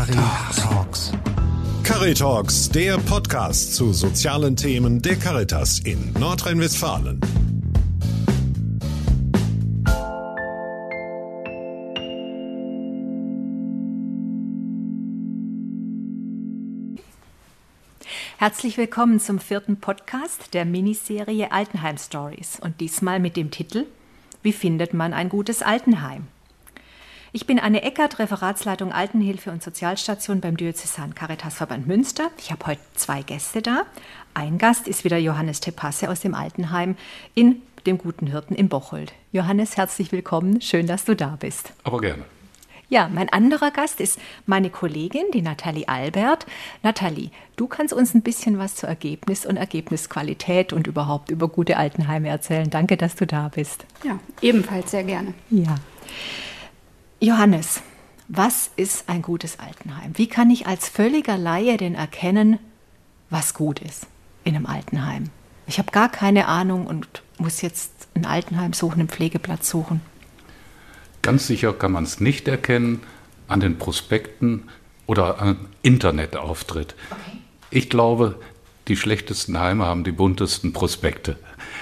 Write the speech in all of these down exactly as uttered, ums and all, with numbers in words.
Caritalks. Caritalks, der Podcast zu sozialen Themen der Caritas in Nordrhein-Westfalen. Herzlich willkommen zum vierten Podcast der Miniserie Altenheim Stories und diesmal mit dem Titel Wie findet man ein gutes Altenheim? Ich bin Anne Eckert, Referatsleitung Altenhilfe und Sozialstation beim Diözesanen Caritasverband Münster. Ich habe heute zwei Gäste da. Ein Gast ist wieder Johannes Tepasse aus dem Altenheim in dem Guten Hirten in Bocholt. Johannes, herzlich willkommen. Schön, dass du da bist. Aber gerne. Ja, mein anderer Gast ist meine Kollegin, die Nathalie Albert. Nathalie, du kannst uns ein bisschen was zu Ergebnis und Ergebnisqualität und überhaupt über gute Altenheime erzählen. Danke, dass du da bist. Ja, ebenfalls sehr gerne. Ja. Johannes, was ist ein gutes Altenheim? Wie kann ich als völliger Laie denn erkennen, was gut ist in einem Altenheim? Ich habe gar keine Ahnung und muss jetzt ein Altenheim suchen, einen Pflegeplatz suchen. Ganz sicher kann man es nicht erkennen an den Prospekten oder am Internetauftritt. Okay. Ich glaube, die schlechtesten Heime haben die buntesten Prospekte.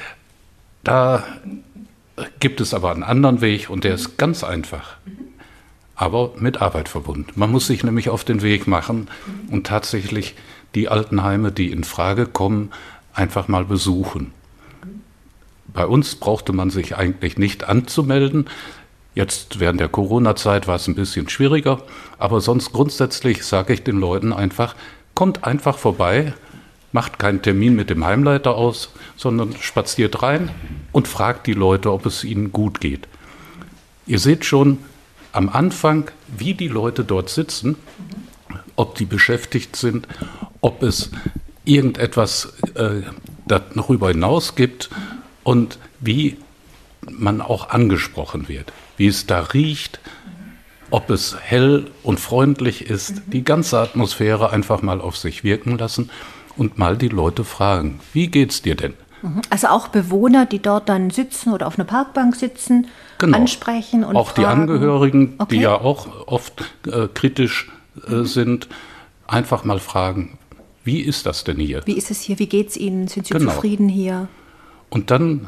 Da gibt es aber einen anderen Weg und der ist ganz einfach, aber mit Arbeit verbunden. Man muss sich nämlich auf den Weg machen und tatsächlich die Altenheime, die in Frage kommen, einfach mal besuchen. Bei uns brauchte man sich eigentlich nicht anzumelden. Jetzt während der Corona-Zeit war es ein bisschen schwieriger, aber sonst grundsätzlich sage ich den Leuten einfach, kommt einfach vorbei, macht keinen Termin mit dem Heimleiter aus, sondern spaziert rein und fragt die Leute, ob es ihnen gut geht. Ihr seht schon am Anfang, wie die Leute dort sitzen, ob die beschäftigt sind, ob es irgendetwas äh, darüber hinaus gibt und wie man auch angesprochen wird, wie es da riecht, ob es hell und freundlich ist, die ganze Atmosphäre einfach mal auf sich wirken lassen und mal die Leute fragen, wie geht's dir denn? Also auch Bewohner, die dort dann sitzen oder auf einer Parkbank sitzen, genau. ansprechen und auch fragen. Die Angehörigen, okay. die ja auch oft äh, kritisch äh, mhm. sind, einfach mal fragen, wie ist das denn hier? Wie ist es hier? Wie geht's Ihnen? Sind Sie genau. zufrieden hier? Und dann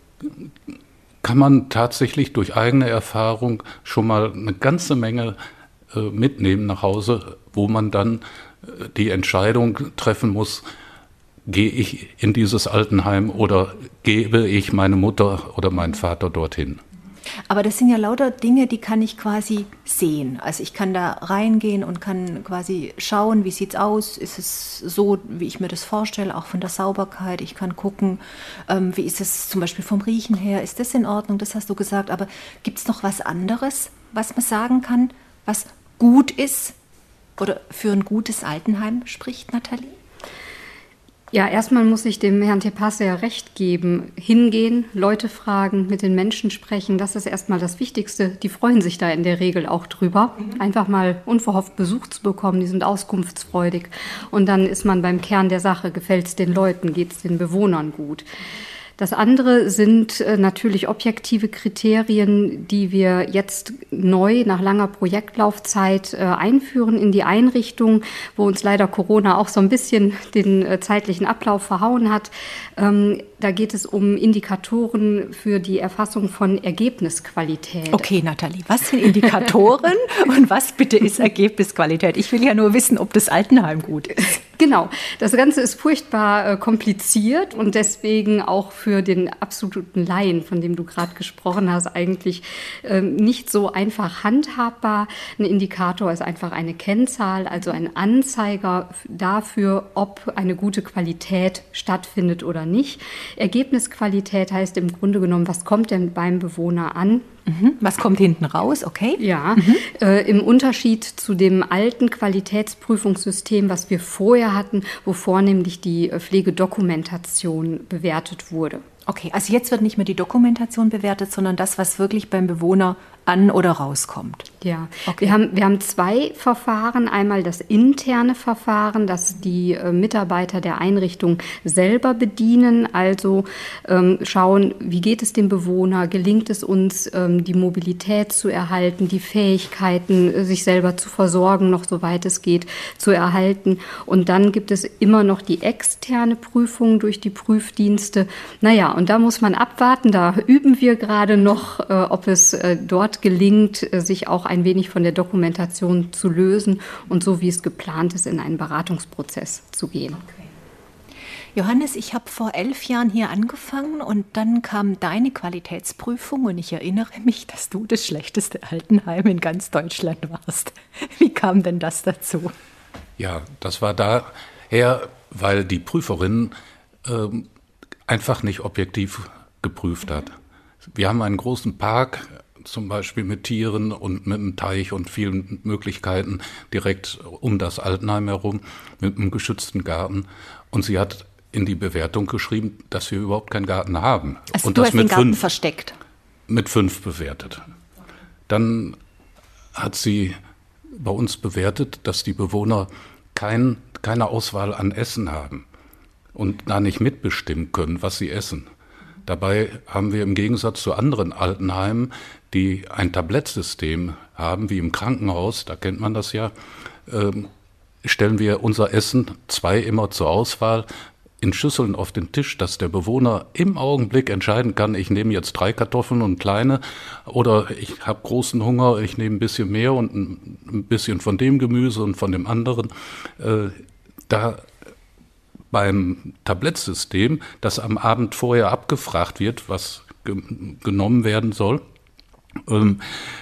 kann man tatsächlich durch eigene Erfahrung schon mal eine ganze Menge äh, mitnehmen nach Hause, wo man dann äh, die Entscheidung treffen muss, gehe ich in dieses Altenheim oder gebe ich meine Mutter oder meinen Vater dorthin. Aber das sind ja lauter Dinge, die kann ich quasi sehen. Also ich kann da reingehen und kann quasi schauen, wie sieht's aus? Ist es so, wie ich mir das vorstelle, auch von der Sauberkeit? Ich kann gucken, ähm, wie ist es zum Beispiel vom Riechen her? Ist das in Ordnung? Das hast du gesagt. Aber gibt es noch was anderes, was man sagen kann, was gut ist oder für ein gutes Altenheim spricht, Nathalie? Ja, erstmal muss ich dem Herrn Tepasse ja recht geben. Hingehen, Leute fragen, mit den Menschen sprechen, das ist erstmal das Wichtigste. Die freuen sich da in der Regel auch drüber, einfach mal unverhofft Besuch zu bekommen. Die sind auskunftsfreudig. Und dann ist man beim Kern der Sache. Gefällt es den Leuten, geht es den Bewohnern gut? Das andere sind äh, natürlich objektive Kriterien, die wir jetzt neu nach langer Projektlaufzeit äh, einführen in die Einrichtung, wo uns leider Corona auch so ein bisschen den äh, zeitlichen Ablauf verhauen hat. Ähm, da geht es um Indikatoren für die Erfassung von Ergebnisqualität. Okay, Nathalie, was sind Indikatoren und was bitte ist Ergebnisqualität? Ich will ja nur wissen, ob das Altenheim gut ist. Genau, das Ganze ist furchtbar äh, kompliziert und deswegen auch für den absoluten Laien, von dem du gerade gesprochen hast, eigentlich äh, nicht so einfach handhabbar. Ein Indikator ist einfach eine Kennzahl, also ein Anzeiger dafür, ob eine gute Qualität stattfindet oder nicht. Ergebnisqualität heißt im Grunde genommen, was kommt denn beim Bewohner an? Mhm. Was kommt hinten raus? Okay. Ja, mhm. äh, im Unterschied zu dem alten Qualitätsprüfungssystem, was wir vorher hatten, wo vornehmlich die Pflegedokumentation bewertet wurde. Okay, also jetzt wird nicht mehr die Dokumentation bewertet, sondern das, was wirklich beim Bewohner an- oder rauskommt. Ja, okay. wir haben, wir haben zwei Verfahren. Einmal das interne Verfahren, das die äh, Mitarbeiter der Einrichtung selber bedienen, also ähm, schauen, wie geht es dem Bewohner, gelingt es uns, ähm, die Mobilität zu erhalten, die Fähigkeiten, äh, sich selber zu versorgen, noch soweit es geht, zu erhalten. Und dann gibt es immer noch die externe Prüfung durch die Prüfdienste. Naja, und da muss man abwarten, da üben wir gerade noch, äh, ob es äh, dort gelingt, sich auch ein wenig von der Dokumentation zu lösen und so wie es geplant ist, in einen Beratungsprozess zu gehen. Okay. Johannes, ich habe vor elf Jahren hier angefangen und dann kam deine Qualitätsprüfung und ich erinnere mich, dass du das schlechteste Altenheim in ganz Deutschland warst. Wie kam denn das dazu? Ja, das war daher, weil die Prüferin ähm, einfach nicht objektiv geprüft hat. Wir haben einen großen Park, zum Beispiel mit Tieren und mit einem Teich und vielen Möglichkeiten direkt um das Altenheim herum, mit einem geschützten Garten. Und sie hat in die Bewertung geschrieben, dass wir überhaupt keinen Garten haben. Also und du das hast mit den Garten fünf, versteckt? Mit fünf bewertet. Dann hat sie bei uns bewertet, dass die Bewohner kein, keine Auswahl an Essen haben und da nicht mitbestimmen können, was sie essen. Dabei haben wir im Gegensatz zu anderen Altenheimen, die ein Tablettsystem haben, wie im Krankenhaus, da kennt man das ja, ähm, stellen wir unser Essen, zwei immer zur Auswahl, in Schüsseln auf den Tisch, dass der Bewohner im Augenblick entscheiden kann, ich nehme jetzt drei Kartoffeln und kleine oder ich habe großen Hunger, ich nehme ein bisschen mehr und ein bisschen von dem Gemüse und von dem anderen. Äh, da beim Tablettsystem, das am Abend vorher abgefragt wird, was ge- genommen werden soll, ähm,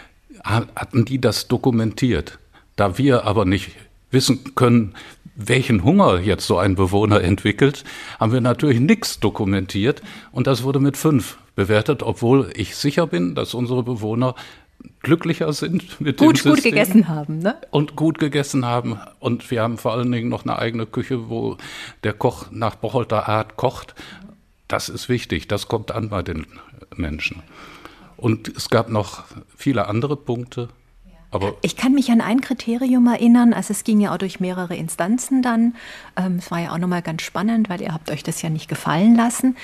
hatten die das dokumentiert. Da wir aber nicht wissen können, welchen Hunger jetzt so ein Bewohner entwickelt, haben wir natürlich nichts dokumentiert und das wurde mit fünf bewertet, obwohl ich sicher bin, dass unsere Bewohner glücklicher sind mit dem Gut, System. gut gegessen haben, ne? Und gut gegessen haben. Und wir haben vor allen Dingen noch eine eigene Küche, wo der Koch nach Bocholter Art kocht. Das ist wichtig, das kommt an bei den Menschen. Und es gab noch viele andere Punkte. Aber ich kann mich an ein Kriterium erinnern, also es ging ja auch durch mehrere Instanzen dann. Ähm, es war ja auch nochmal ganz spannend, weil ihr habt euch das ja nicht gefallen lassen.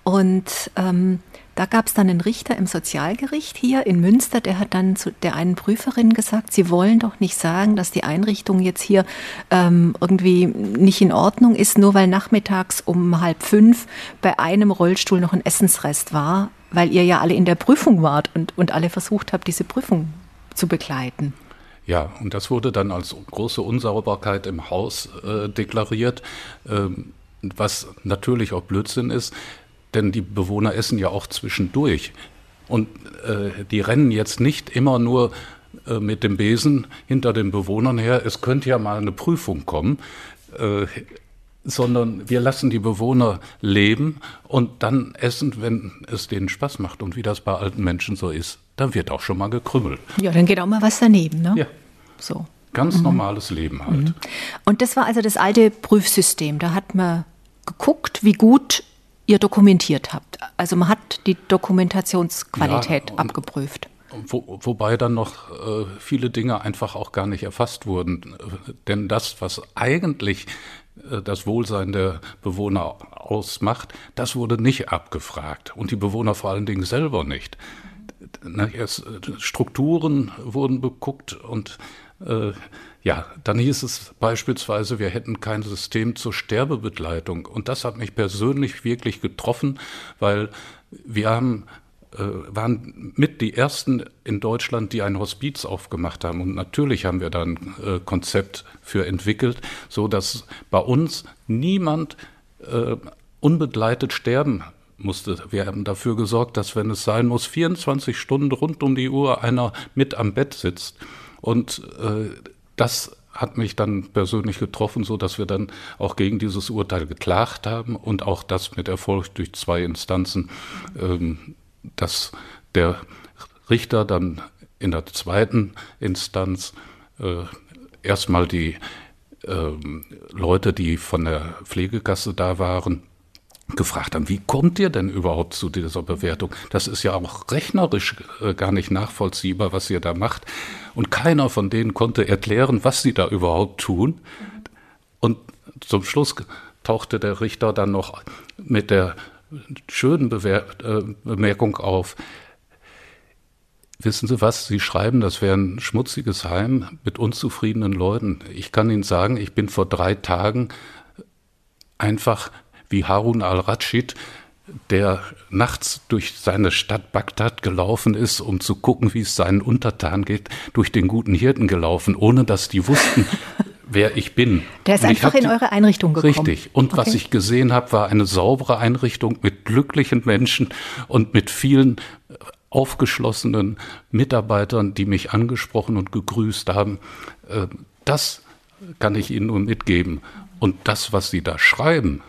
Und ähm, da gab es dann einen Richter im Sozialgericht hier in Münster, der hat dann zu der einen Prüferin gesagt, sie wollen doch nicht sagen, dass die Einrichtung jetzt hier ähm, irgendwie nicht in Ordnung ist, nur weil nachmittags um halb fünf bei einem Rollstuhl noch ein Essensrest war, weil ihr ja alle in der Prüfung wart und, und alle versucht habt, diese Prüfung zu begleiten. Ja, und das wurde dann als große Unsauberkeit im Haus äh, deklariert, ähm, was natürlich auch Blödsinn ist, denn die Bewohner essen ja auch zwischendurch. Und äh, die rennen jetzt nicht immer nur äh, mit dem Besen hinter den Bewohnern her, es könnte ja mal eine Prüfung kommen, äh, sondern wir lassen die Bewohner leben und dann essen, wenn es denen Spaß macht. Und wie das bei alten Menschen so ist, dann wird auch schon mal gekrümmelt. Ja, dann geht auch mal was daneben, ne? Ja. So. Ganz mhm. normales Leben halt. Mhm. Und das war also das alte Prüfsystem. Da hat man geguckt, wie gut ihr dokumentiert habt. Also man hat die Dokumentationsqualität ja, abgeprüft. Wo, wobei dann noch äh, viele Dinge einfach auch gar nicht erfasst wurden. Denn das, was eigentlich äh, das Wohlsein der Bewohner ausmacht, das wurde nicht abgefragt. Und die Bewohner vor allen Dingen selber nicht. Na, erst, Strukturen wurden beguckt und äh, ja, dann hieß es beispielsweise, wir hätten kein System zur Sterbebegleitung. Und das hat mich persönlich wirklich getroffen, weil wir haben, äh, waren mit die Ersten in Deutschland, die ein Hospiz aufgemacht haben. Und natürlich haben wir da ein äh, Konzept für entwickelt, so dass bei uns niemand äh, unbegleitet sterben musste. Wir haben dafür gesorgt, dass, wenn es sein muss, vierundzwanzig Stunden rund um die Uhr einer mit am Bett sitzt. Und äh, das hat mich dann persönlich getroffen, so dass wir dann auch gegen dieses Urteil geklagt haben und auch das mit Erfolg durch zwei Instanzen, ähm, dass der Richter dann in der zweiten Instanz äh, erstmal die äh, Leute, die von der Pflegekasse da waren, gefragt haben, wie kommt ihr denn überhaupt zu dieser Bewertung? Das ist ja auch rechnerisch äh, gar nicht nachvollziehbar, was ihr da macht. Und keiner von denen konnte erklären, was sie da überhaupt tun. Und zum Schluss tauchte der Richter dann noch mit der schönen Bewer- äh, Bemerkung auf, wissen Sie was, Sie schreiben, das wäre ein schmutziges Heim mit unzufriedenen Leuten. Ich kann Ihnen sagen, ich bin vor drei Tagen einfach wie Harun al-Rashid, der nachts durch seine Stadt Bagdad gelaufen ist, um zu gucken, wie es seinen Untertanen geht, durch den guten Hirten gelaufen, ohne dass die wussten, wer ich bin. Der ist einfach in eure Einrichtung gekommen. Richtig. Und okay. Was ich gesehen habe, war eine saubere Einrichtung mit glücklichen Menschen und mit vielen aufgeschlossenen Mitarbeitern, die mich angesprochen und gegrüßt haben. Das kann ich Ihnen nur mitgeben. Und das, was Sie da schreiben,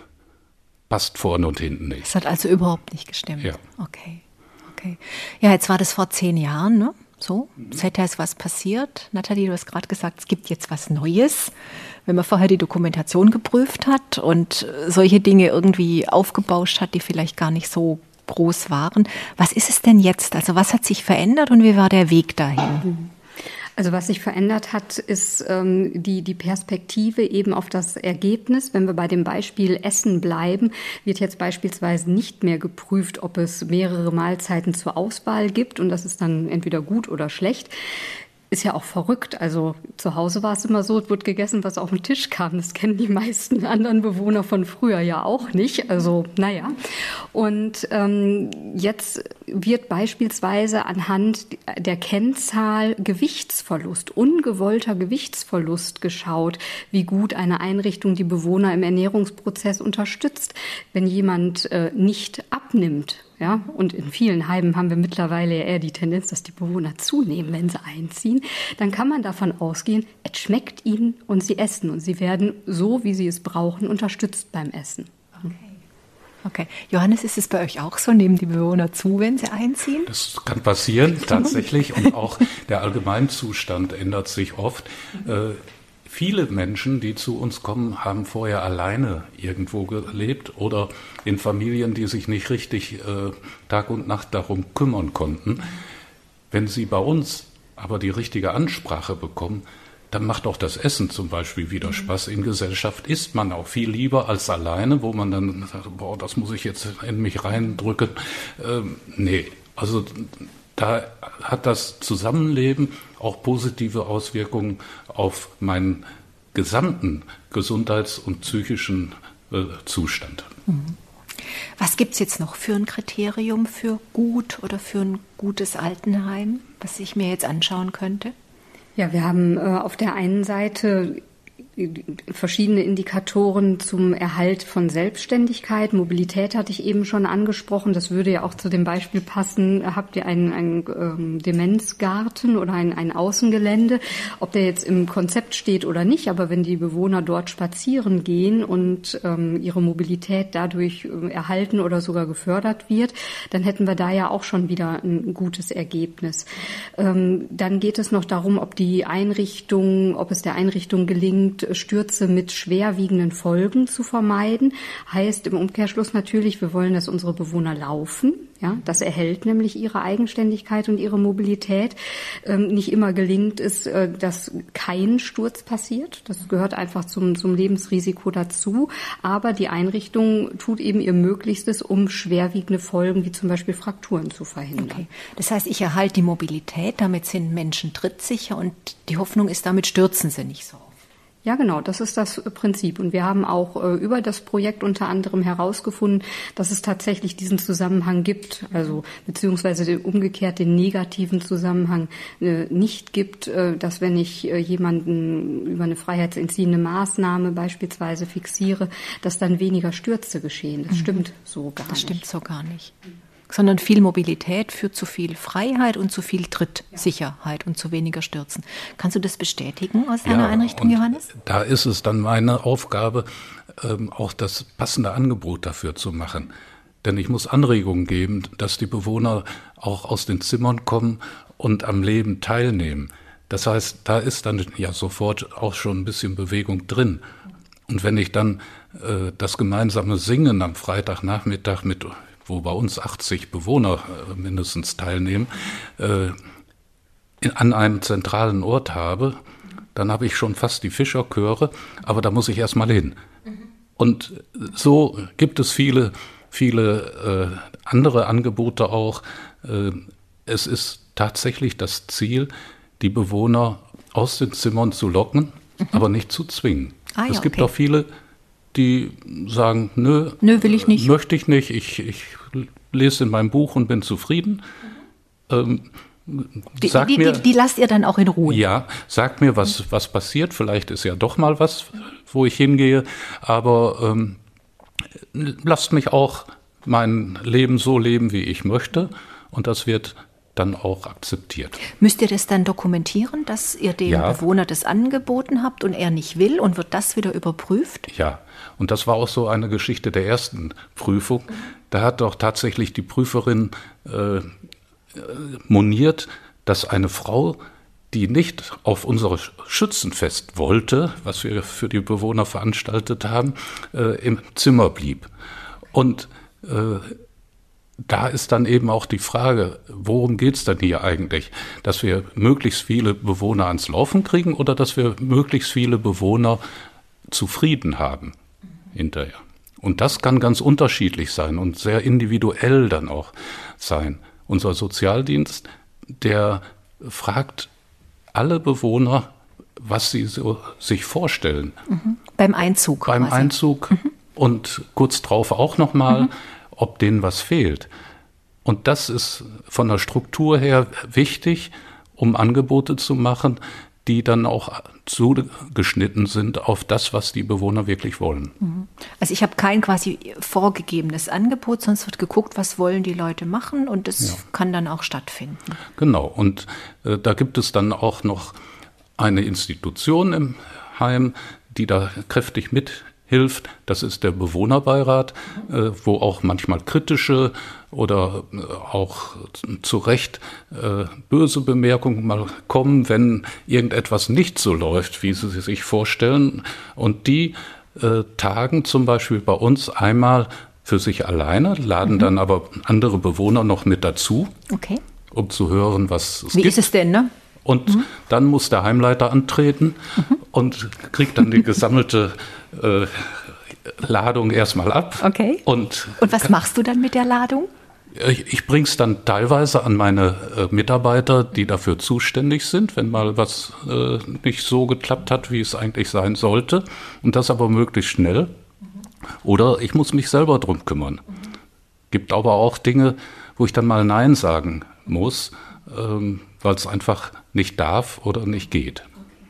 passt vorne und hinten nicht. Das hat also überhaupt nicht gestimmt. Ja. Okay. Okay. Ja, jetzt war das vor zehn Jahren, ne? So, seither ist was passiert. Nathalie, du hast gerade gesagt, es gibt jetzt was Neues. Wenn man vorher die Dokumentation geprüft hat und solche Dinge irgendwie aufgebauscht hat, die vielleicht gar nicht so groß waren. Was ist es denn jetzt? Also was hat sich verändert und wie war der Weg dahin? Also was sich verändert hat, ist ähm, die, die Perspektive eben auf das Ergebnis. Wenn wir bei dem Beispiel Essen bleiben, wird jetzt beispielsweise nicht mehr geprüft, ob es mehrere Mahlzeiten zur Auswahl gibt und das ist dann entweder gut oder schlecht. Ist ja auch verrückt. Also zu Hause war es immer so, es wurde gegessen, was auf den Tisch kam. Das kennen die meisten anderen Bewohner von früher ja auch nicht. Also naja. Und ähm, jetzt wird beispielsweise anhand der Kennzahl Gewichtsverlust, ungewollter Gewichtsverlust geschaut, wie gut eine Einrichtung die Bewohner im Ernährungsprozess unterstützt. Wenn jemand äh, nicht abnimmt, ja, und in vielen Heimen haben wir mittlerweile eher die Tendenz, dass die Bewohner zunehmen, wenn sie einziehen, dann kann man davon ausgehen, es schmeckt ihnen und sie essen und sie werden so, wie sie es brauchen, unterstützt beim Essen. Okay. Okay. Johannes, ist es bei euch auch so? Nehmen die Bewohner zu, wenn sie einziehen? Das kann passieren, tatsächlich. Und auch der Allgemeinzustand ändert sich oft. Äh, Viele Menschen, die zu uns kommen, haben vorher alleine irgendwo gelebt oder in Familien, die sich nicht richtig äh, Tag und Nacht darum kümmern konnten. Wenn sie bei uns aber die richtige Ansprache bekommen, dann macht auch das Essen zum Beispiel wieder Spaß. In Gesellschaft isst man auch viel lieber als alleine, wo man dann sagt, boah, das muss ich jetzt in mich reindrücken. Ähm, nee, also da hat das Zusammenleben auch positive Auswirkungen auf meinen gesamten Gesundheits- und psychischen äh, Zustand. Was gibt es jetzt noch für ein Kriterium für gut oder für ein gutes Altenheim, was ich mir jetzt anschauen könnte? Ja, wir haben äh, auf der einen Seite verschiedene Indikatoren zum Erhalt von Selbstständigkeit. Mobilität hatte ich eben schon angesprochen. Das würde ja auch zu dem Beispiel passen. Habt ihr einen, einen ähm, Demenzgarten oder ein, ein Außengelände? Ob der jetzt im Konzept steht oder nicht, aber wenn die Bewohner dort spazieren gehen und ähm, ihre Mobilität dadurch äh, erhalten oder sogar gefördert wird, dann hätten wir da ja auch schon wieder ein gutes Ergebnis. Ähm, dann geht es noch darum, ob die Einrichtung, ob es der Einrichtung gelingt, Stürze mit schwerwiegenden Folgen zu vermeiden. Heißt im Umkehrschluss natürlich, wir wollen, dass unsere Bewohner laufen. Ja, das erhält nämlich ihre Eigenständigkeit und ihre Mobilität. Ähm, nicht immer gelingt es, äh, dass kein Sturz passiert. Das gehört einfach zum, zum Lebensrisiko dazu. Aber die Einrichtung tut eben ihr Möglichstes, um schwerwiegende Folgen wie zum Beispiel Frakturen zu verhindern. Okay. Das heißt, ich erhalte die Mobilität, damit sind Menschen trittsicher und die Hoffnung ist, damit stürzen sie nicht so. Ja, genau, das ist das Prinzip. Und wir haben auch äh, über das Projekt unter anderem herausgefunden, dass es tatsächlich diesen Zusammenhang gibt, also beziehungsweise den, umgekehrt den negativen Zusammenhang äh, nicht gibt, äh, dass wenn ich äh, jemanden über eine freiheitsentziehende Maßnahme beispielsweise fixiere, dass dann weniger Stürze geschehen. Das mhm. stimmt so gar das nicht. Das stimmt so gar nicht. Sondern viel Mobilität führt zu viel Freiheit und zu viel Trittsicherheit und zu weniger Stürzen. Kannst du das bestätigen aus deiner ja, Einrichtung, Johannes? Da ist es dann meine Aufgabe, ähm, auch das passende Angebot dafür zu machen. Denn ich muss Anregungen geben, dass die Bewohner auch aus den Zimmern kommen und am Leben teilnehmen. Das heißt, da ist dann ja sofort auch schon ein bisschen Bewegung drin. Und wenn ich dann äh, das gemeinsame Singen am Freitagnachmittag mit, wo bei uns achtzig Bewohner äh, mindestens teilnehmen, äh, in, an einem zentralen Ort habe, dann habe ich schon fast die Fischerchöre, aber da muss ich erst mal hin. Und so gibt es viele, viele äh, andere Angebote auch. Äh, es ist tatsächlich das Ziel, die Bewohner aus den Zimmern zu locken, mhm. aber nicht zu zwingen. Ah, ja, es gibt okay. auch viele, die sagen, nö, nö will ich nicht. möchte ich nicht, ich, ich lese in meinem Buch und bin zufrieden. Ähm, die, sag die, mir, die, die lasst ihr dann auch in Ruhe? Ja, sagt mir, was, was passiert. Vielleicht ist ja doch mal was, wo ich hingehe. Aber ähm, lasst mich auch mein Leben so leben, wie ich möchte. Und das wird dann auch akzeptiert. Müsst ihr das dann dokumentieren, dass ihr dem ja. Bewohner das angeboten habt und er nicht will, und wird das wieder überprüft? Ja, und das war auch so eine Geschichte der ersten Prüfung. Da hat doch tatsächlich die Prüferin äh, moniert, dass eine Frau, die nicht auf unser Schützenfest wollte, was wir für die Bewohner veranstaltet haben, äh, im Zimmer blieb. Und äh, da ist dann eben auch die Frage, worum geht es denn hier eigentlich? Dass wir möglichst viele Bewohner ans Laufen kriegen oder dass wir möglichst viele Bewohner zufrieden haben hinterher? Und das kann ganz unterschiedlich sein und sehr individuell dann auch sein. Unser Sozialdienst, der fragt alle Bewohner, was sie so sich vorstellen. Mhm. Beim Einzug. Beim quasi. Einzug mhm. und kurz drauf auch nochmal, mhm. ob denen was fehlt. Und das ist von der Struktur her wichtig, um Angebote zu machen, die dann auch zugeschnitten sind auf das, was die Bewohner wirklich wollen. Also ich habe kein quasi vorgegebenes Angebot, sonst wird geguckt, was wollen die Leute machen, und das ja. kann dann auch stattfinden. Genau, und äh, da gibt es dann auch noch eine Institution im Heim, die da kräftig mithilft. Das ist der Bewohnerbeirat, äh, wo auch manchmal kritische oder äh, auch zu Recht äh, böse Bemerkungen mal kommen, wenn irgendetwas nicht so läuft, wie sie sich vorstellen. Und die äh, tagen zum Beispiel bei uns einmal für sich alleine, laden mhm. dann aber andere Bewohner noch mit dazu, okay. um zu hören, was es wie gibt. Wie ist es denn, ne? Und mhm. dann muss der Heimleiter antreten mhm. und kriegt dann die gesammelte äh, Ladung erstmal ab. Okay. Und, und was machst du dann mit der Ladung? Ich, ich bringe es dann teilweise an meine äh, Mitarbeiter, die dafür zuständig sind, wenn mal was äh, nicht so geklappt hat, wie es eigentlich sein sollte. Und das aber möglichst schnell. Mhm. Oder ich muss mich selber drum kümmern. Mhm. Gibt aber auch Dinge, wo ich dann mal Nein sagen muss, ähm, weil es einfach nicht darf oder nicht geht.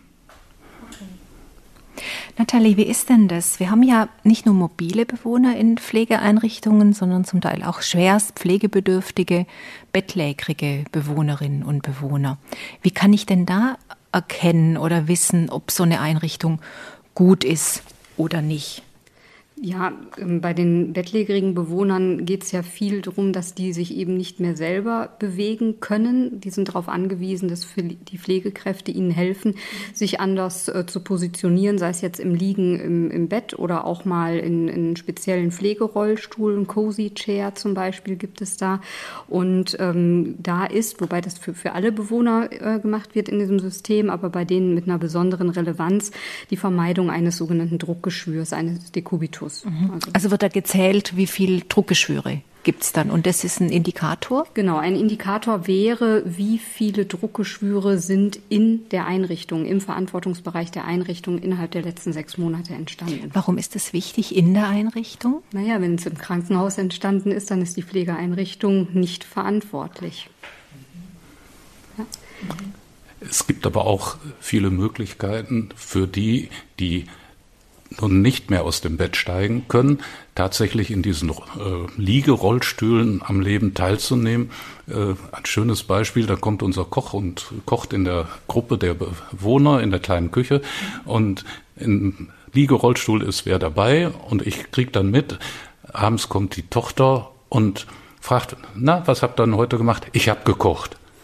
Nathalie, wie ist denn das? Wir haben ja nicht nur mobile Bewohner in Pflegeeinrichtungen, sondern zum Teil auch schwerst pflegebedürftige, bettlägerige Bewohnerinnen und Bewohner. Wie kann ich denn da erkennen oder wissen, ob so eine Einrichtung gut ist oder nicht? Ja, bei den bettlägerigen Bewohnern geht es ja viel darum, dass die sich eben nicht mehr selber bewegen können. Die sind darauf angewiesen, dass die Pflegekräfte ihnen helfen, sich anders äh, zu positionieren, sei es jetzt im Liegen im, im Bett oder auch mal in, in speziellen Pflegerollstuhl, ein Cozy Chair zum Beispiel gibt es da. Und ähm, da ist, wobei das für, für alle Bewohner äh, gemacht wird in diesem System, aber bei denen mit einer besonderen Relevanz, die Vermeidung eines sogenannten Druckgeschwürs, eines Dekubitus. Also, also wird da gezählt, wie viel Druckgeschwüre gibt es dann? Und das ist ein Indikator? Genau, ein Indikator wäre, wie viele Druckgeschwüre sind in der Einrichtung, im Verantwortungsbereich der Einrichtung innerhalb der letzten sechs Monate entstanden. Warum ist das wichtig in der Einrichtung? Naja, wenn es im Krankenhaus entstanden ist, dann ist die Pflegeeinrichtung nicht verantwortlich. Ja. Es gibt aber auch viele Möglichkeiten für die, die nun nicht mehr aus dem Bett steigen können, tatsächlich in diesen äh, Liegerollstühlen am Leben teilzunehmen. Äh, ein schönes Beispiel, da kommt unser Koch und kocht in der Gruppe der Bewohner in der kleinen Küche und im Liegerollstuhl ist wer dabei und ich kriege dann mit, abends kommt die Tochter und fragt, na, was habt ihr denn heute gemacht? Ich habe gekocht.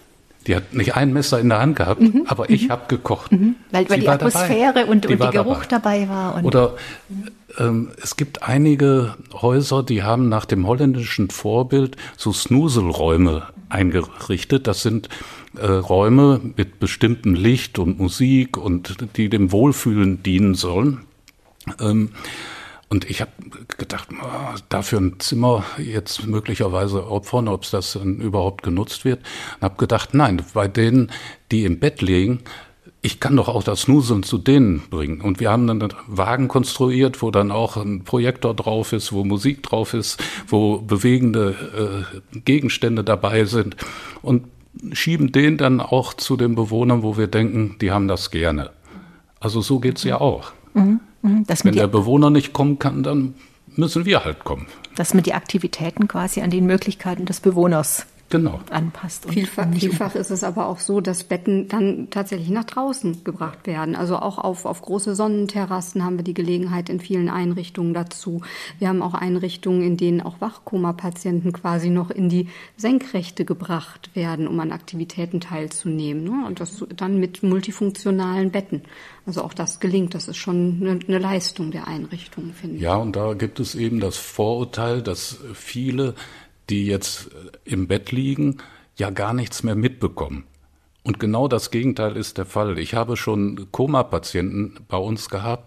Die hat nicht ein Messer in der Hand gehabt, mhm. aber ich mhm. habe gekocht. Mhm. Weil, weil die Atmosphäre dabei. und, und die Geruch dabei, dabei war. Und Oder ähm, es gibt einige Häuser, die haben nach dem holländischen Vorbild so Snuselräume eingerichtet. Das sind äh, Räume mit bestimmtem Licht und Musik und die dem Wohlfühlen dienen sollen. Ähm, Und ich habe gedacht, oh, dafür ein Zimmer jetzt möglicherweise opfern, ob es das dann überhaupt genutzt wird. Und habe gedacht, nein, bei denen, die im Bett liegen, ich kann doch auch das Snuseln zu denen bringen. Und wir haben dann einen Wagen konstruiert, wo dann auch ein Projektor drauf ist, wo Musik drauf ist, wo bewegende äh, Gegenstände dabei sind. Und schieben den dann auch zu den Bewohnern, wo wir denken, die haben das gerne. Also so geht's ja auch. Mhm. Wenn der Bewohner nicht kommen kann, dann müssen wir halt kommen. Dass man die Aktivitäten quasi an den Möglichkeiten des Bewohners genau. anpasst. Und Vielfach, vielfach ist es aber auch so, dass Betten dann tatsächlich nach draußen gebracht werden. Also auch auf, auf große Sonnenterrassen haben wir die Gelegenheit in vielen Einrichtungen dazu. Wir haben auch Einrichtungen, in denen auch Wachkoma-Patienten quasi noch in die Senkrechte gebracht werden, um an Aktivitäten teilzunehmen. Und das dann mit multifunktionalen Betten. Also auch das gelingt. Das ist schon eine, eine Leistung der Einrichtungen, finde ich. Ja, und da gibt es eben das Vorurteil, dass viele, die jetzt im Bett liegen, ja gar nichts mehr mitbekommen. Und genau das Gegenteil ist der Fall. Ich habe schon Koma-Patienten bei uns gehabt,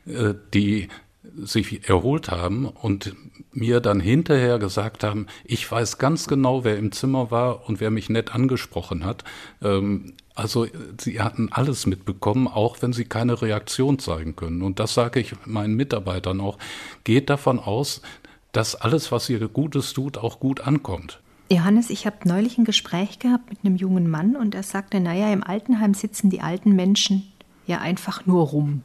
die sich erholt haben und mir dann hinterher gesagt haben, ich weiß ganz genau, wer im Zimmer war und wer mich nett angesprochen hat. Also sie hatten alles mitbekommen, auch wenn sie keine Reaktion zeigen können. Und das sage ich meinen Mitarbeitern auch. Geht davon aus, dass alles, was ihr Gutes tut, auch gut ankommt. Johannes, ich habe neulich ein Gespräch gehabt mit einem jungen Mann und er sagte, naja, im Altenheim sitzen die alten Menschen ja einfach nur rum.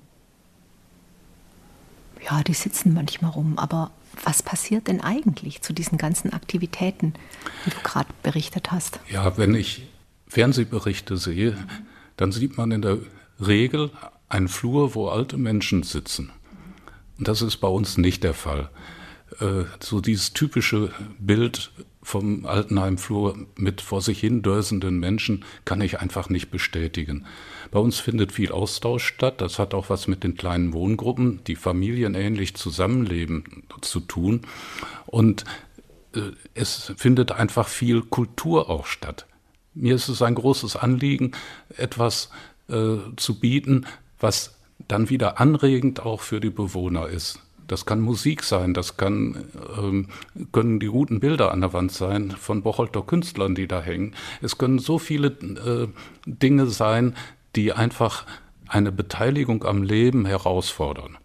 Ja, die sitzen manchmal rum, aber was passiert denn eigentlich zu diesen ganzen Aktivitäten, die du gerade berichtet hast? Ja, wenn ich Fernsehberichte sehe, dann sieht man in der Regel einen Flur, wo alte Menschen sitzen. Und das ist bei uns nicht der Fall. Äh, so dieses typische Bild vom Altenheimflur mit vor sich hin dösenden Menschen kann ich einfach nicht bestätigen. Bei uns findet viel Austausch statt. Das hat auch was mit den kleinen Wohngruppen, die familienähnlich zusammenleben, zu tun. Und äh, es findet einfach viel Kultur auch statt. Mir ist es ein großes Anliegen, etwas äh, zu bieten, was dann wieder anregend auch für die Bewohner ist. Das kann Musik sein, das kann, ähm, können die guten Bilder an der Wand sein von Bocholter Künstlern, die da hängen. Es können so viele äh, Dinge sein, die einfach eine Beteiligung am Leben herausfordern.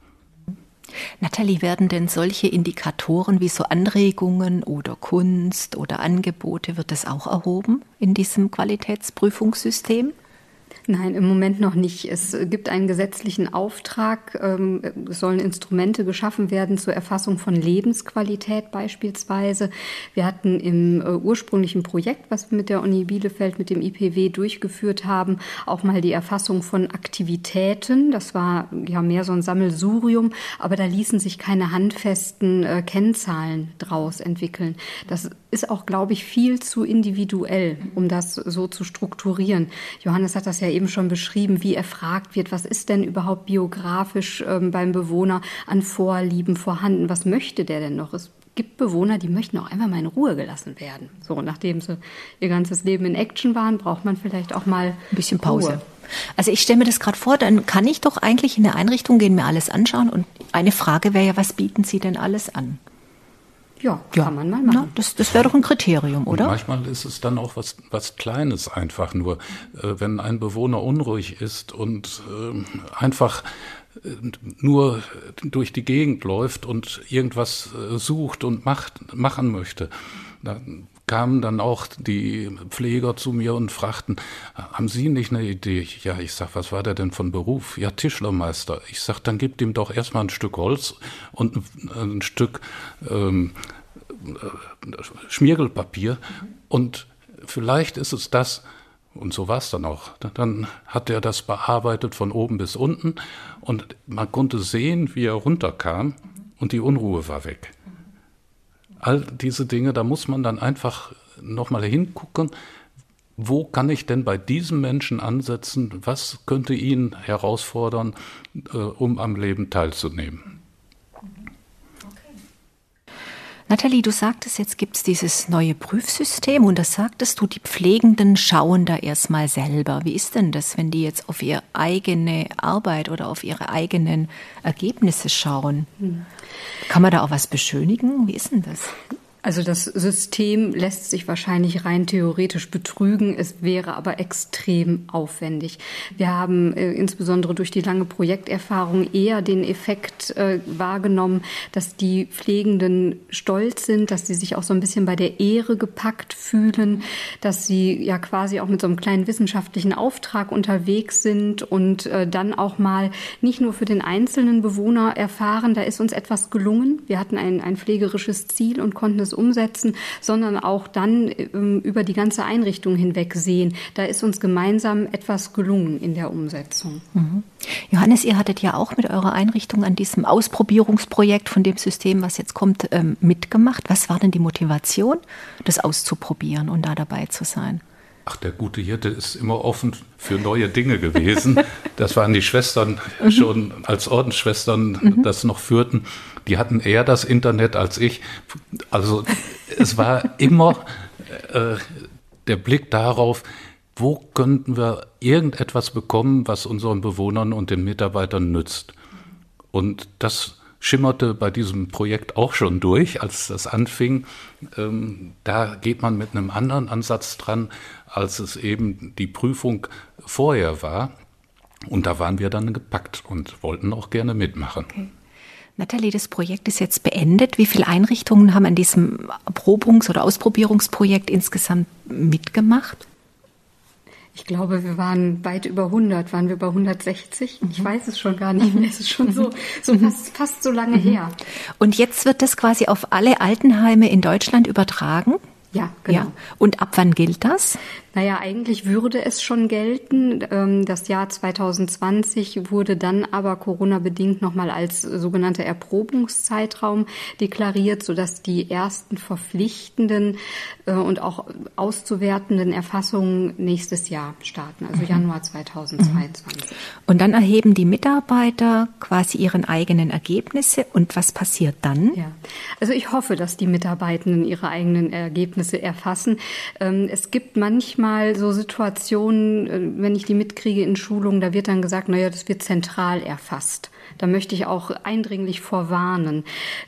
Nathalie, werden denn solche Indikatoren wie so Anregungen oder Kunst oder Angebote, wird das auch erhoben in diesem Qualitätsprüfungssystem? Nein, im Moment noch nicht. Es gibt einen gesetzlichen Auftrag. Es sollen Instrumente geschaffen werden zur Erfassung von Lebensqualität beispielsweise. Wir hatten im ursprünglichen Projekt, was wir mit der Uni Bielefeld, mit dem I P W durchgeführt haben, auch mal die Erfassung von Aktivitäten. Das war ja mehr so ein Sammelsurium, aber da ließen sich keine handfesten äh, Kennzahlen draus entwickeln. Das ist auch, glaube ich, viel zu individuell, um das so zu strukturieren. Johannes hat das ja eben schon beschrieben, wie erfragt wird, was ist denn überhaupt biografisch ähm, beim Bewohner an Vorlieben vorhanden? Was möchte der denn noch? Es gibt Bewohner, die möchten auch einfach mal in Ruhe gelassen werden. So, nachdem sie ihr ganzes Leben in Action waren, braucht man vielleicht auch mal ein bisschen Pause. Ruhe. Also ich stelle mir das gerade vor, dann kann ich doch eigentlich in eine Einrichtung gehen, mir alles anschauen. Und eine Frage wäre ja, was bieten Sie denn alles an? Ja, ja, kann man mal machen. Na, das das wäre doch ein Kriterium, oder? Und manchmal ist es dann auch was, was Kleines einfach nur. Äh, wenn ein Bewohner unruhig ist und äh, einfach äh, nur durch die Gegend läuft und irgendwas äh, sucht und macht, machen möchte, dann kamen dann auch die Pfleger zu mir und fragten, haben Sie nicht eine Idee? Ja, ich sag, was war der denn von Beruf? Ja, Tischlermeister. Ich sag, dann gebt ihm doch erstmal ein Stück Holz und ein, ein Stück ähm, Schmiergelpapier und vielleicht ist es das, und so war es dann auch. Dann hat er das bearbeitet von oben bis unten und man konnte sehen, wie er runterkam und die Unruhe war weg. All diese Dinge, da muss man dann einfach nochmal hingucken, wo kann ich denn bei diesem Menschen ansetzen? Was könnte ihn herausfordern, äh, um am Leben teilzunehmen? Nathalie, du sagtest, jetzt gibt es dieses neue Prüfsystem und das sagtest du, die Pflegenden schauen da erstmal selber. Wie ist denn das, wenn die jetzt auf ihre eigene Arbeit oder auf ihre eigenen Ergebnisse schauen? Hm. Kann man da auch was beschönigen? Wie ist denn das? Also das System lässt sich wahrscheinlich rein theoretisch betrügen, es wäre aber extrem aufwendig. Wir haben äh, insbesondere durch die lange Projekterfahrung eher den Effekt äh, wahrgenommen, dass die Pflegenden stolz sind, dass sie sich auch so ein bisschen bei der Ehre gepackt fühlen, dass sie ja quasi auch mit so einem kleinen wissenschaftlichen Auftrag unterwegs sind und äh, dann auch mal nicht nur für den einzelnen Bewohner erfahren, da ist uns etwas gelungen. Wir hatten ein, ein pflegerisches Ziel und konnten es umsetzen, sondern auch dann ähm, über die ganze Einrichtung hinweg sehen. Da ist uns gemeinsam etwas gelungen in der Umsetzung. Mhm. Johannes, ihr hattet ja auch mit eurer Einrichtung an diesem Ausprobierungsprojekt von dem System, was jetzt kommt, ähm, mitgemacht. Was war denn die Motivation, das auszuprobieren und da dabei zu sein? Ach, der gute Hirte ist immer offen für neue Dinge gewesen. Das waren die Schwestern schon als Ordensschwestern mhm. das noch führten. Die hatten eher das Internet als ich. Also es war immer äh, der Blick darauf, wo könnten wir irgendetwas bekommen, was unseren Bewohnern und den Mitarbeitern nützt. Und das schimmerte bei diesem Projekt auch schon durch, als das anfing. Ähm, da geht man mit einem anderen Ansatz dran, als es eben die Prüfung vorher war. Und da waren wir dann gepackt und wollten auch gerne mitmachen. Okay. Nathalie, das Projekt ist jetzt beendet. Wie viele Einrichtungen haben an diesem Erprobungs- oder Ausprobierungsprojekt insgesamt mitgemacht? Ich glaube, wir waren weit über hundert. Waren wir bei hundertsechzig? Ich weiß es schon gar nicht mehr. Es ist schon so, so fast, fast so lange mhm. her. Und jetzt wird das quasi auf alle Altenheime in Deutschland übertragen? Ja, genau. Ja. Und ab wann gilt das? Naja, eigentlich würde es schon gelten. Das Jahr zwanzig zwanzig wurde dann aber Corona-bedingt nochmal als sogenannter Erprobungszeitraum deklariert, sodass die ersten verpflichtenden und auch auszuwertenden Erfassungen nächstes Jahr starten, also Januar zweitausendzweiundzwanzig. Und dann erheben die Mitarbeiter quasi ihren eigenen Ergebnisse. Und was passiert dann? Ja, also ich hoffe, dass die Mitarbeitenden ihre eigenen Ergebnisse erfassen. Es gibt manchmal Mal so Situationen, wenn ich die mitkriege in Schulungen, da wird dann gesagt, naja, das wird zentral erfasst. Da möchte ich auch eindringlich vorwarnen,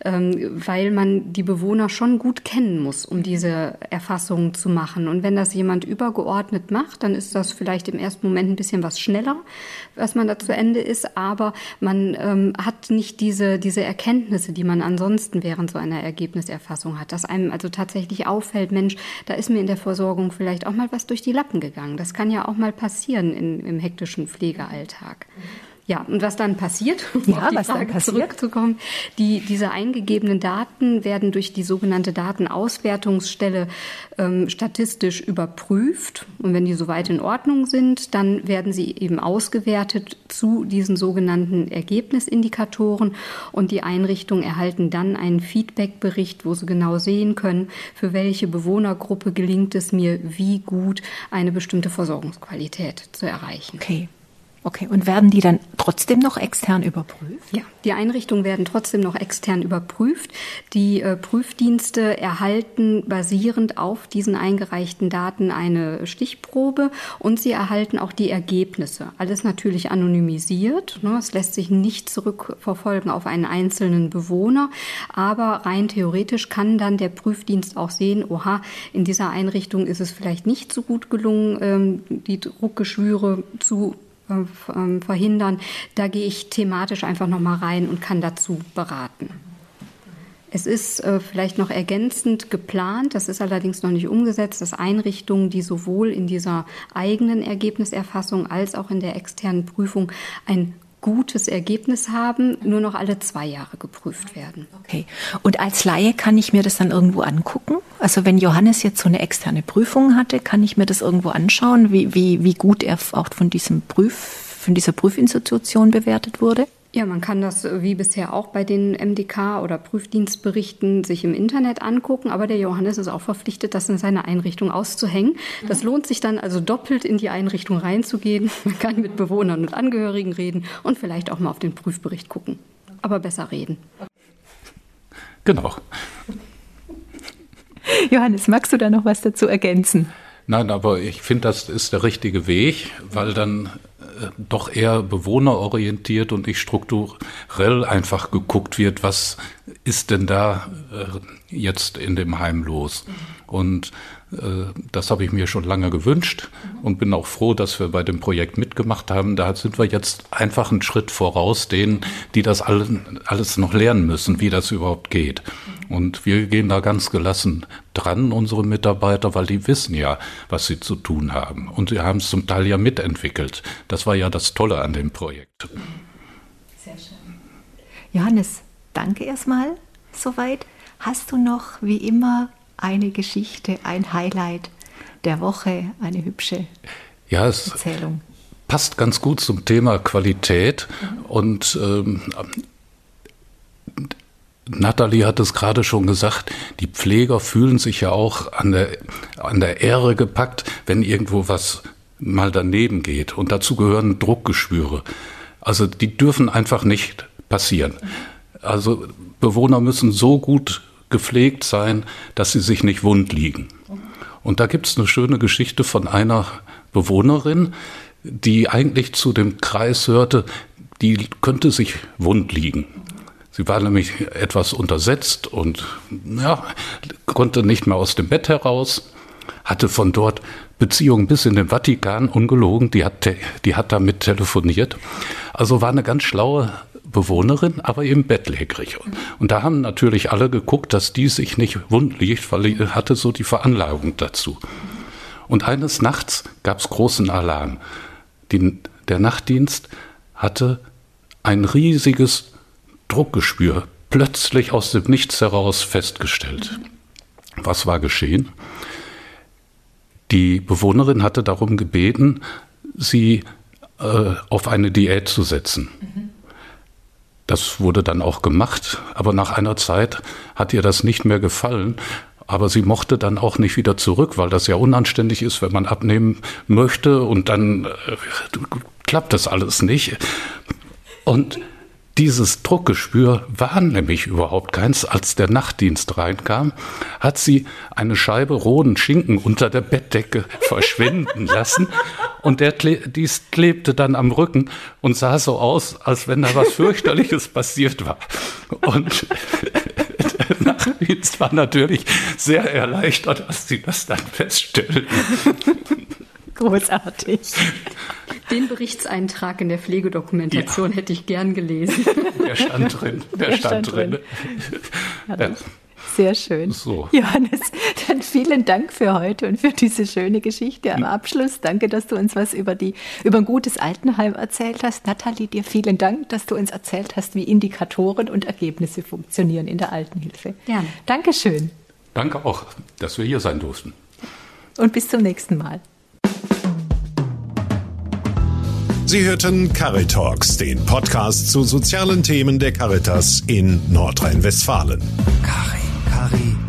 weil man die Bewohner schon gut kennen muss, um diese Erfassungen zu machen. Und wenn das jemand übergeordnet macht, dann ist das vielleicht im ersten Moment ein bisschen was schneller, was man da zu Ende ist. Aber man ähm, hat nicht diese, diese Erkenntnisse, die man ansonsten während so einer Ergebniserfassung hat. Dass einem also tatsächlich auffällt, Mensch, da ist mir in der Versorgung vielleicht auch mal was durch die Lappen gegangen. Das kann ja auch mal passieren in, im hektischen Pflegealltag. Ja, und was dann passiert, um ja, auf die was Frage dann passiert? zurückzukommen, die, diese eingegebenen Daten werden durch die sogenannte Datenauswertungsstelle ähm, statistisch überprüft. Und wenn die soweit in Ordnung sind, dann werden sie eben ausgewertet zu diesen sogenannten Ergebnisindikatoren. Und die Einrichtungen erhalten dann einen Feedbackbericht, wo sie genau sehen können, für welche Bewohnergruppe gelingt es mir, wie gut eine bestimmte Versorgungsqualität zu erreichen. Okay. Okay, und werden die dann trotzdem noch extern überprüft? Ja, die Einrichtungen werden trotzdem noch extern überprüft. Die äh, Prüfdienste erhalten basierend auf diesen eingereichten Daten eine Stichprobe und sie erhalten auch die Ergebnisse. Alles natürlich anonymisiert. Ne? Es lässt sich nicht zurückverfolgen auf einen einzelnen Bewohner, aber rein theoretisch kann dann der Prüfdienst auch sehen, oha, in dieser Einrichtung ist es vielleicht nicht so gut gelungen, ähm, die Druckgeschwüre zu verhindern. Da gehe ich thematisch einfach noch mal rein und kann dazu beraten. Es ist äh, vielleicht noch ergänzend geplant, das ist allerdings noch nicht umgesetzt, dass Einrichtungen, die sowohl in dieser eigenen Ergebniserfassung als auch in der externen Prüfung ein gutes Ergebnis haben, nur noch alle zwei Jahre geprüft werden. Okay. Und als Laie kann ich mir das dann irgendwo angucken? Also wenn Johannes jetzt so eine externe Prüfung hatte, kann ich mir das irgendwo anschauen, wie, wie, wie gut er auch von diesem Prüf, von dieser Prüfinstitution bewertet wurde? Ja, man kann das wie bisher auch bei den M D K- oder Prüfdienstberichten sich im Internet angucken, aber der Johannes ist auch verpflichtet, das in seiner Einrichtung auszuhängen. Das lohnt sich dann also doppelt, in die Einrichtung reinzugehen. Man kann mit Bewohnern und Angehörigen reden und vielleicht auch mal auf den Prüfbericht gucken. Aber besser reden. Genau. Johannes, magst du da noch was dazu ergänzen? Nein, aber ich finde, das ist der richtige Weg, weil dann äh, doch eher bewohnerorientiert und nicht strukturell einfach geguckt wird, was ist denn da äh, jetzt in dem Heim los. Und äh, das habe ich mir schon lange gewünscht und bin auch froh, dass wir bei dem Projekt mitgemacht haben. Da sind wir jetzt einfach einen Schritt voraus denen, die das alle, alles noch lernen müssen, wie das überhaupt geht. Und wir gehen da ganz gelassen dran, unsere Mitarbeiter, weil die wissen ja, was sie zu tun haben. Und sie haben es zum Teil ja mitentwickelt. Das war ja das Tolle an dem Projekt. Sehr schön. Johannes, danke erstmal soweit. Hast du noch, wie immer, eine Geschichte, ein Highlight der Woche, eine hübsche ja, es Erzählung? Passt ganz gut zum Thema Qualität. Mhm. Und ähm, Nathalie hat es gerade schon gesagt, die Pfleger fühlen sich ja auch an der, an der Ehre gepackt, wenn irgendwo was mal daneben geht. Und dazu gehören Druckgeschwüre. Also die dürfen einfach nicht passieren. Also Bewohner müssen so gut gepflegt sein, dass sie sich nicht wund liegen. Und da gibt es eine schöne Geschichte von einer Bewohnerin, die eigentlich zu dem Kreis hörte, die könnte sich wund liegen. Sie war nämlich etwas untersetzt und ja, konnte nicht mehr aus dem Bett heraus, hatte von dort Beziehungen bis in den Vatikan, ungelogen, die hat, die hat damit telefoniert. Also war eine ganz schlaue Bewohnerin, aber eben bettlägerig. Und da haben natürlich alle geguckt, dass die sich nicht wund liegt, weil die hatte so die Veranlagung dazu. Und eines Nachts gab es großen Alarm. Die, der Nachtdienst hatte ein riesiges Druckgespür plötzlich aus dem Nichts heraus festgestellt. Was war geschehen? Die Bewohnerin hatte darum gebeten, sie äh, auf eine Diät zu setzen. Das wurde dann auch gemacht, aber nach einer Zeit hat ihr das nicht mehr gefallen. Aber sie mochte dann auch nicht wieder zurück, weil das ja unanständig ist, wenn man abnehmen möchte und dann äh, klappt das alles nicht. Und dieses Druckgespür war nämlich überhaupt keins. Als der Nachtdienst reinkam, hat sie eine Scheibe rohen Schinken unter der Bettdecke verschwinden lassen. Und der kle- dies klebte dann am Rücken und sah so aus, als wenn da was fürchterliches passiert war. Und der Nachtdienst war natürlich sehr erleichtert, als sie das dann feststellten. Großartig. Den Berichtseintrag in der Pflegedokumentation ja. hätte ich gern gelesen. Der stand drin. Der, der stand, stand drin. drin. Ja. Sehr schön. So. Johannes, dann vielen Dank für heute und für diese schöne Geschichte am Abschluss. Danke, dass du uns was über, die, über ein gutes Altenheim erzählt hast. Nathalie, dir vielen Dank, dass du uns erzählt hast, wie Indikatoren und Ergebnisse funktionieren in der Altenhilfe. Gerne. Dankeschön. Danke auch, dass wir hier sein durften. Und bis zum nächsten Mal. Sie hörten Caritalks, den Podcast zu sozialen Themen der Caritas in Nordrhein-Westfalen. Cari, Cari.